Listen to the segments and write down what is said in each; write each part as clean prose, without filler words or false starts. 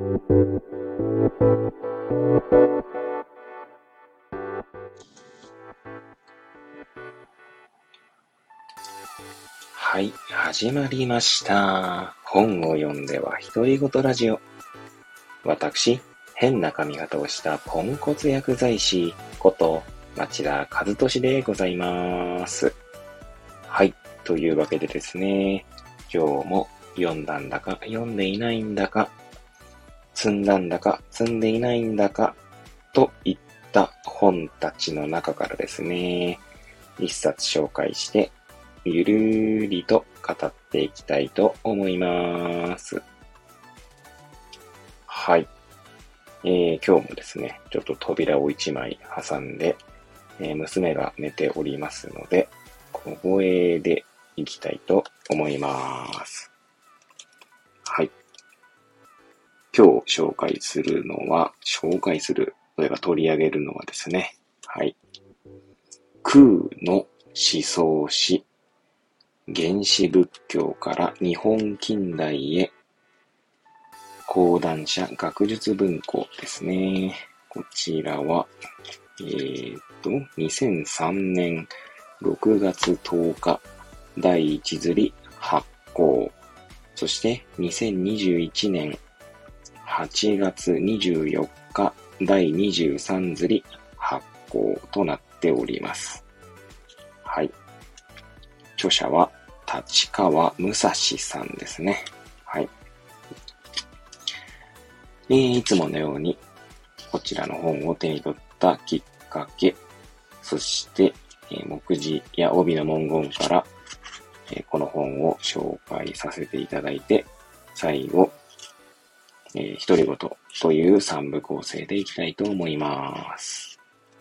はい、始まりました。本を読んでは独り言ラジオ。私、変な髪型をしたポンコツ薬剤師こと町田和俊でございます。はい、というわけでですね、今日も読んだんだか読んでいないんだか、積んだんだか積んでいないんだかといった本たちの中からですね、一冊紹介してゆるーりと語っていきたいと思います。はい。今日もですね、ちょっと扉を一枚挟んで、娘が寝ておりますので、小声でいきたいと思います。はい。今日紹介する、というか取り上げるのはですね、はい。空の思想史。原始仏教から日本近代へ講談社学術文庫ですね。こちらは、2003年6月10日第1釣り発行。そして2021年8月24日第23釣り発行となっております。はい。著者は立川武蔵さんですね。はい。いつものようにこちらの本を手に取ったきっかけ、そして、目次や帯の文言から、この本を紹介させていただいて、最後、独り言という3部構成でいきたいと思います。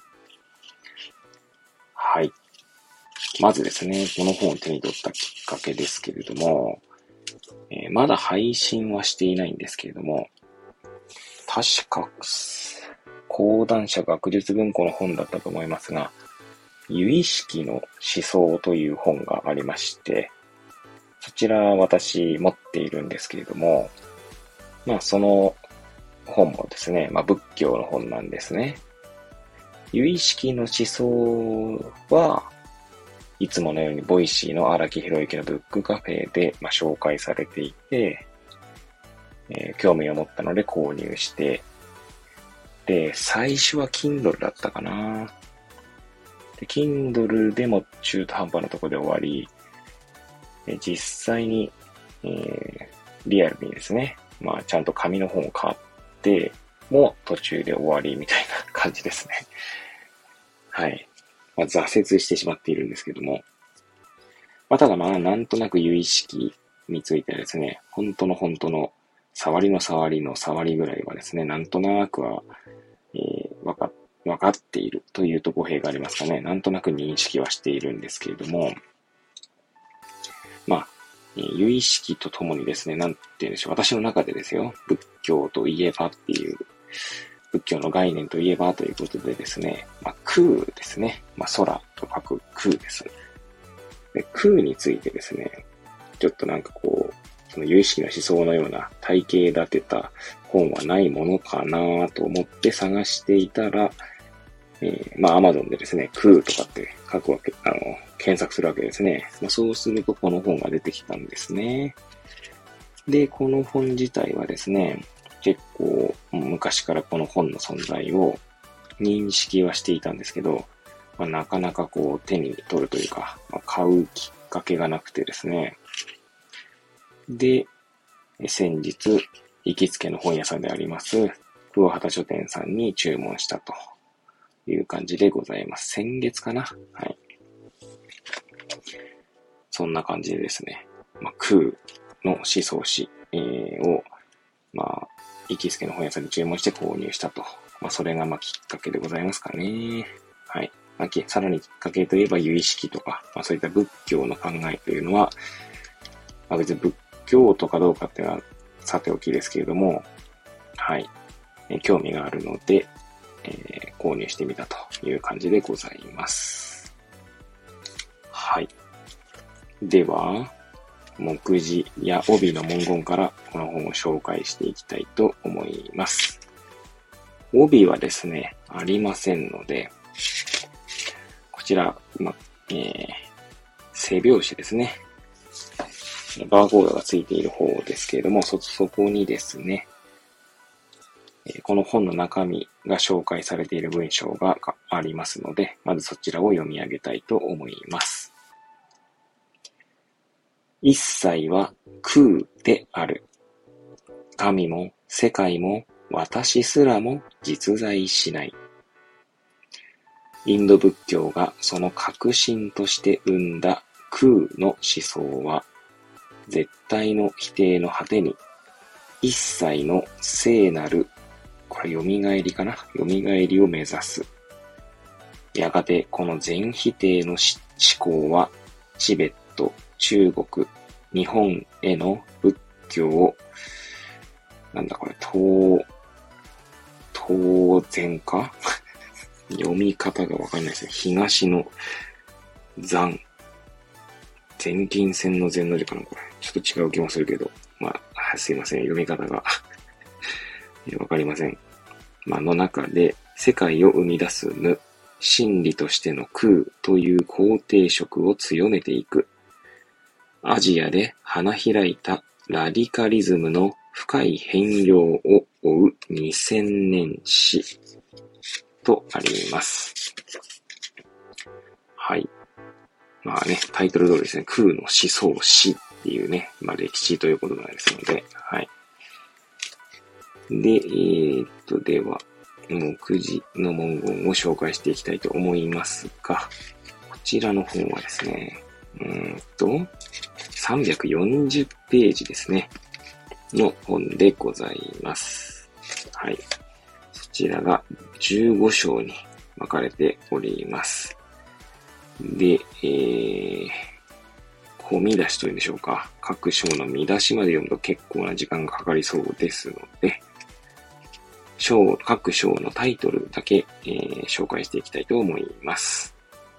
はい。まずですね、この本を手に取ったきっかけですけれども、まだ配信はしていないんですけれども、確か、講談社学術文庫の本だったと思いますが、由意識の思想という本がありまして、そちら私持っているんですけれども、その本もですね、仏教の本なんですね。由意識の思想はいつものようにボイシーの荒木博之のブックカフェで、紹介されていて、興味を持ったので購入して、で、最初は Kindle だったかな。で、Kindle でも中途半端なところで終わり、実際に、リアルにですね、ちゃんと紙の本を買って、もう途中で終わりみたいな感じですね。はい。挫折してしまっているんですけども。ただなんとなく由意識についてはですね、本当の触りの触りの触りぐらいはですね、なんとなくは、わかっているというと語弊がありますかね。なんとなく認識はしているんですけれども、由意識とともにですね、なんて言うんでしょう。私の中でですよ、仏教といえばっていう、仏教の概念といえばということでですね、空ですね。空と書く空です。で、空についてですね、ちょっとその有意識の思想のような体系立てた本はないものかなと思って探していたら、Amazon でですね、空とかって書くわけ、検索するわけですね。そうするとこの本が出てきたんですね。で、この本自体はですね、結構昔からこの本の存在を認識はしていたんですけど、なかなか手に取るというか、買うきっかけがなくてですね。で、先日、行きつけの本屋さんであります、黒畑書店さんに注文したという感じでございます。先月かな？はい。そんな感じでですね、空の思想史、を、行きつけの本屋さんに注文して購入したと。それがきっかけでございますかね。はい。さらにきっかけといえば由意識とか、そういった仏教の考えというのは、別に仏教とかどうかっていうのはさておきですけれども、はい。興味があるので、購入してみたという感じでございます。はい。では、 目次や帯の文言からこの本を紹介していきたいと思います。帯はですね、ありませんので、こちら、背表紙ですね。バーコードがついている方ですけれども、そこにですね、この本の中身が紹介されている文章がありますので、まずそちらを読み上げたいと思います。一切は空である。神も世界も私すらも実在しない。インド仏教がその核心として生んだ空の思想は、絶対の否定の果てに、一切の聖なる、これ蘇りかな？蘇りを目指す。やがてこの全否定の思考は、チベット、中国、日本への仏教を、当然か読み方がわかんないですね。東の残。前近線の前の字かなこれ。ちょっと違う気もするけど。すいません。読み方がわかりません。の中で、世界を生み出す無、真理としての空という肯定色を強めていく。アジアで花開いたラディカリズムの深い変容を追う2000年史とあります。はい。タイトル通りですね、空の思想史っていうね、歴史ということなんですので、はい。で、では、目次の文言を紹介していきたいと思いますが、こちらの本はですね、340ページですね、の本でございます。はい。そちらが15章に分かれております。で、見出しというんでしょうか。各章の見出しまで読むと結構な時間がかかりそうですので、各章のタイトルだけ、紹介していきたいと思います。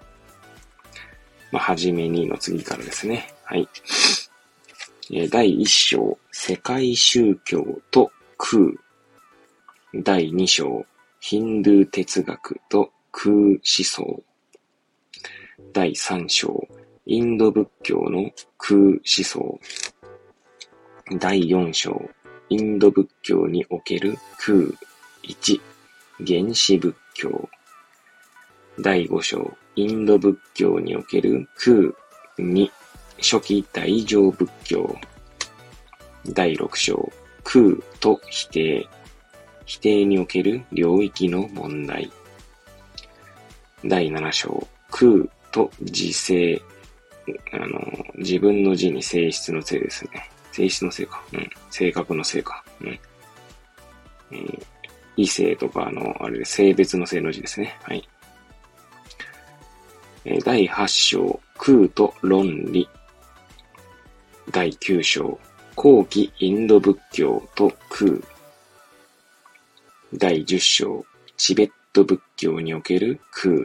はじめにの次からですね。はい。第1章、世界宗教と空。第2章、ヒンドゥー哲学と空思想。第3章、インド仏教の空思想。第4章、インド仏教における空。1、原始仏教。第5章、インド仏教における空。2、初期大乗仏教。第6章、空と否定。否定における領域の問題。第7章、空と自性。自分の字に性質の性ですね。性質の性か。性格の性か。異性とか性別の性の字ですね。はい。第8章、空と論理。第9章、後期インド仏教と空。第10章、チベット仏教における空。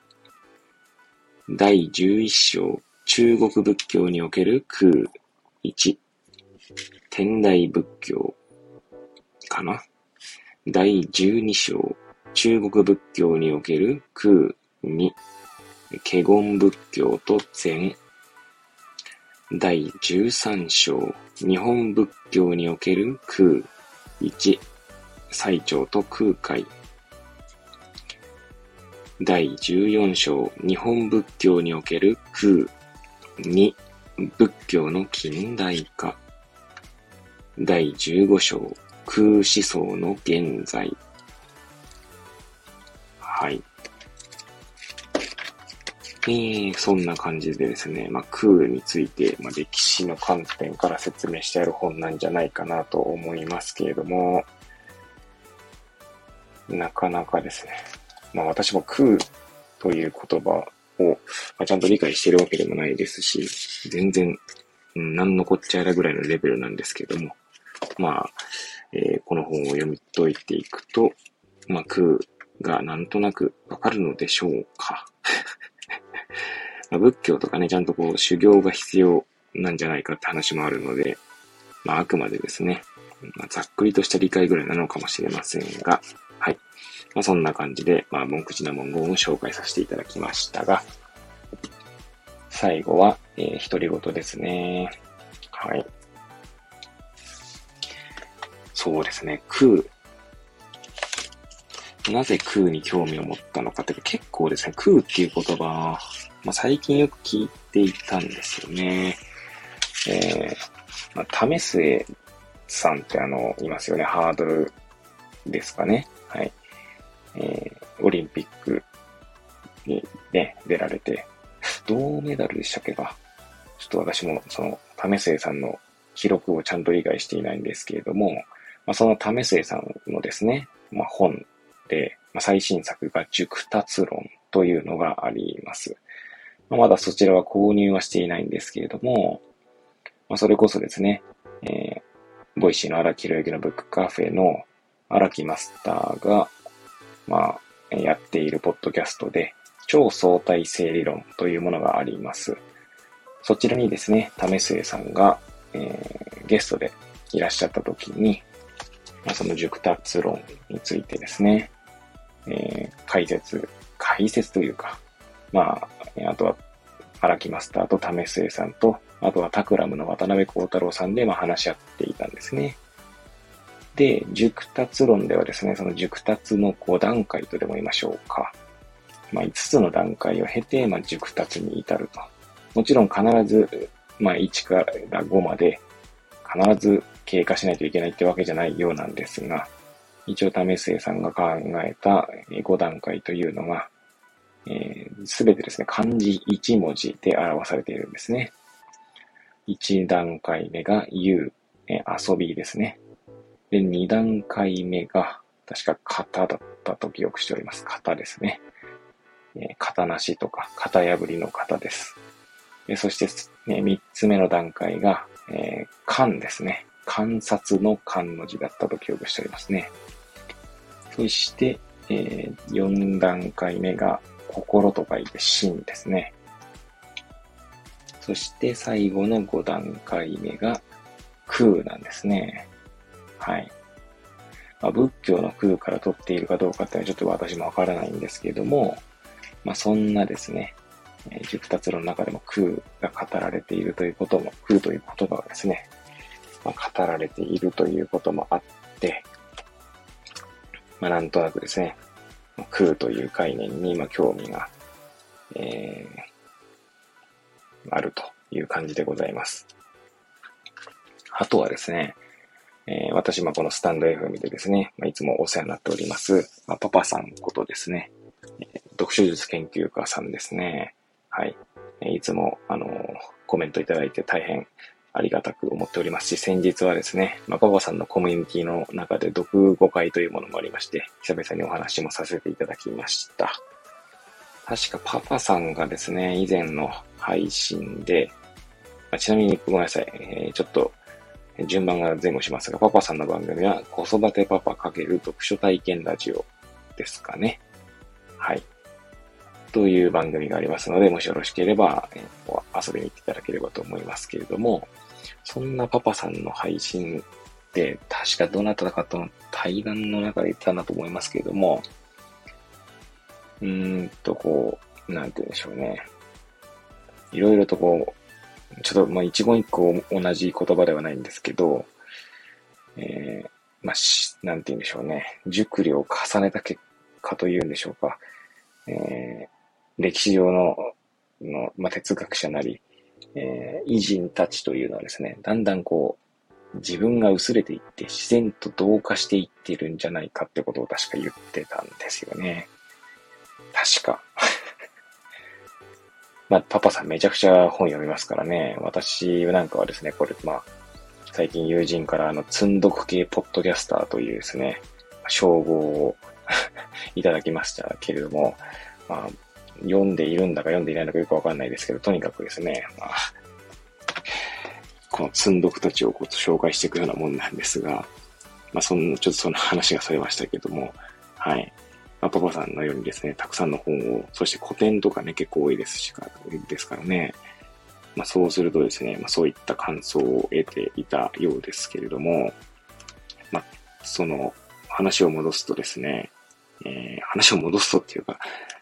第11章、中国仏教における空。1、天台仏教かな。第12章、中国仏教における空。2、華厳仏教と禅。第13章、日本仏教における空。1、最澄と空海。第14章、日本仏教における空。2、仏教の近代化。第15章、空思想の現在。はい。そんな感じでですね、空について、歴史の観点から説明してある本なんじゃないかなと思いますけれども、なかなかですね、私も空という言葉を、ちゃんと理解しているわけでもないですし、全然、何のこっちゃやらぐらいのレベルなんですけども、この本を読み解いていくと、空がなんとなくわかるのでしょうか。仏教とかね、ちゃんと修行が必要なんじゃないかって話もあるので、あくまでですね、ざっくりとした理解ぐらいなのかもしれませんが、はい。そんな感じで、文口な文言を紹介させていただきましたが、最後は、独り言ですね。はい。そうですね、なぜ空に興味を持ったのかっていうか、結構ですね、空っていう言葉、最近よく聞いていたんですよね。為末さんっていますよね。ハードルですかね。はい。オリンピックにね、出られて、銅メダルでしたっけか。ちょっと私も為末さんの記録をちゃんと理解していないんですけれども、その為末さんのですね、本で、最新作が熟達論というのがあります。まだそちらは購入はしていないんですけれども、それこそですね、ボイシーの荒木宏之のブックカフェの荒木マスターが、やっているポッドキャストで、超相対性理論というものがあります。そちらにですね、為末さんが、ゲストでいらっしゃった時に、その熟達論についてですね、解説というか、あとは荒木マスターと為末さんと、あとはタクラムの渡辺幸太郎さんで話し合っていたんですね。で、熟達論ではですね、その熟達の5段階とでも言いましょうか。5つの段階を経て、熟達に至ると。もちろん必ず、1から5まで必ず経過しないといけないってわけじゃないようなんですが、一応為末さんが考えた5段階というのが、すべてですね、漢字1文字で表されているんですね。1段階目が遊、遊びですね。で、2段階目が、確か型だったと記憶しております。型ですね。型なしとか、型破りの型です。そして、3つ目の段階が、観ですね。観察の観の字だったと記憶しておりますね。そして、4段階目が、心と書いて心ですね。そして最後の5段階目が空なんですね。はい。仏教の空から取っているかどうかっていうのはちょっと私もわからないんですけれども、そんなですね、熟達論の中でも空が語られているということも、空という言葉がですね、語られているということもあって、なんとなくですね、空という概念に興味が、あるという感じでございます。あとはですね、私、このスタンド FM でですね、いつもお世話になっております、パパさんことですね、読書術研究家さんですね。はい。いつも、コメントいただいて大変ありがたく思っておりますし、先日はですね、パパさんのコミュニティの中で読語会というものもありまして、久々にお話もさせていただきました。確かパパさんがですね、以前の配信で、ちなみにごめんなさい、ちょっと順番が前後しますが、パパさんの番組は子育てパパ×読書体験ラジオですかね。はい。という番組がありますので、もしよろしければ、遊びに行っていただければと思いますけれども、そんなパパさんの配信で、確かどなたかとの対談の中で言ったなと思いますけれども、なんて言うんでしょうね。いろいろとちょっと一言一句同じ言葉ではないんですけど、なんて言うんでしょうね。熟慮を重ねた結果というんでしょうか。歴史上の哲学者なり、偉人たちというのはですね、だんだん自分が薄れていって自然と同化していっているんじゃないかってことを確か言ってたんですよね。確か。パパさんめちゃくちゃ本読みますからね。私なんかはですね、これ最近友人から積んどく系ポッドキャスターというですね、称号をいただきましたけれども、読んでいるんだか読んでいないのかよくわかんないですけど、とにかくですね、この積んどくたちを紹介していくようなもんなんですが、ちょっとその話がされましたけども、はい。パパさんのようにですね、たくさんの本を、そして古典とかね、結構多いですからね、 そうするとですね、そういった感想を得ていたようですけれども、その話を戻すとですね、話を戻すとっていうか、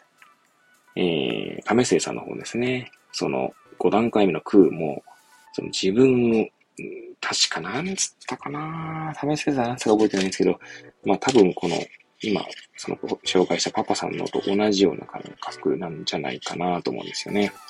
亀生さんの方ですね、その5段階目の空も、その自分を、確かなんつったかな、亀生さんなんつったか覚えてないんですけど、多分この、今、その紹介したパパさんのと同じような感覚なんじゃないかなと思うんですよね。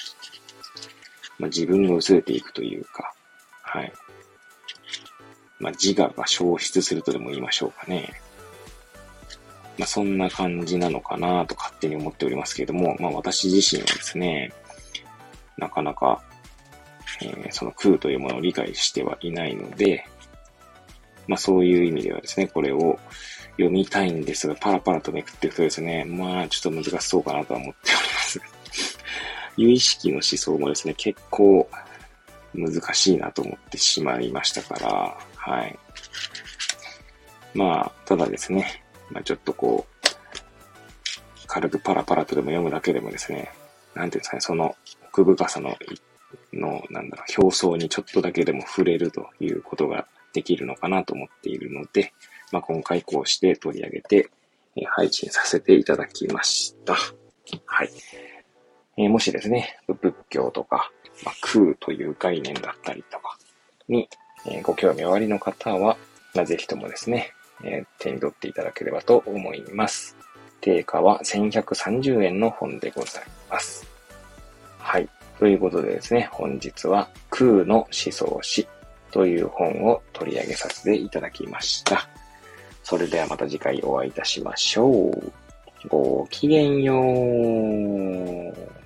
自分が薄れていくというか、はい。自我が消失するとでも言いましょうかね。そんな感じなのかなと勝手に思っておりますけれども、私自身はですね、なかなか、その空というものを理解してはいないので、そういう意味ではですね、これを読みたいんですが、パラパラとめくっていくとですね、ちょっと難しそうかなとは思っております。有意識の思想もですね、結構難しいなと思ってしまいましたから、はい。ただですね、ちょっとこう、軽くパラパラとでも読むだけでもですね、なんていうんですかね、その奥深さの、表層にちょっとだけでも触れるということができるのかなと思っているので、今回こうして取り上げて、配信させていただきました。はい。もしですね、仏教とか、空という概念だったりとかに、ご興味おありの方は、ぜひともですね、手に取っていただければと思います。定価は1130円の本でございます。はい。ということでですね、本日は空の思想史という本を取り上げさせていただきました。それではまた次回お会いいたしましょう。ごきげんよう。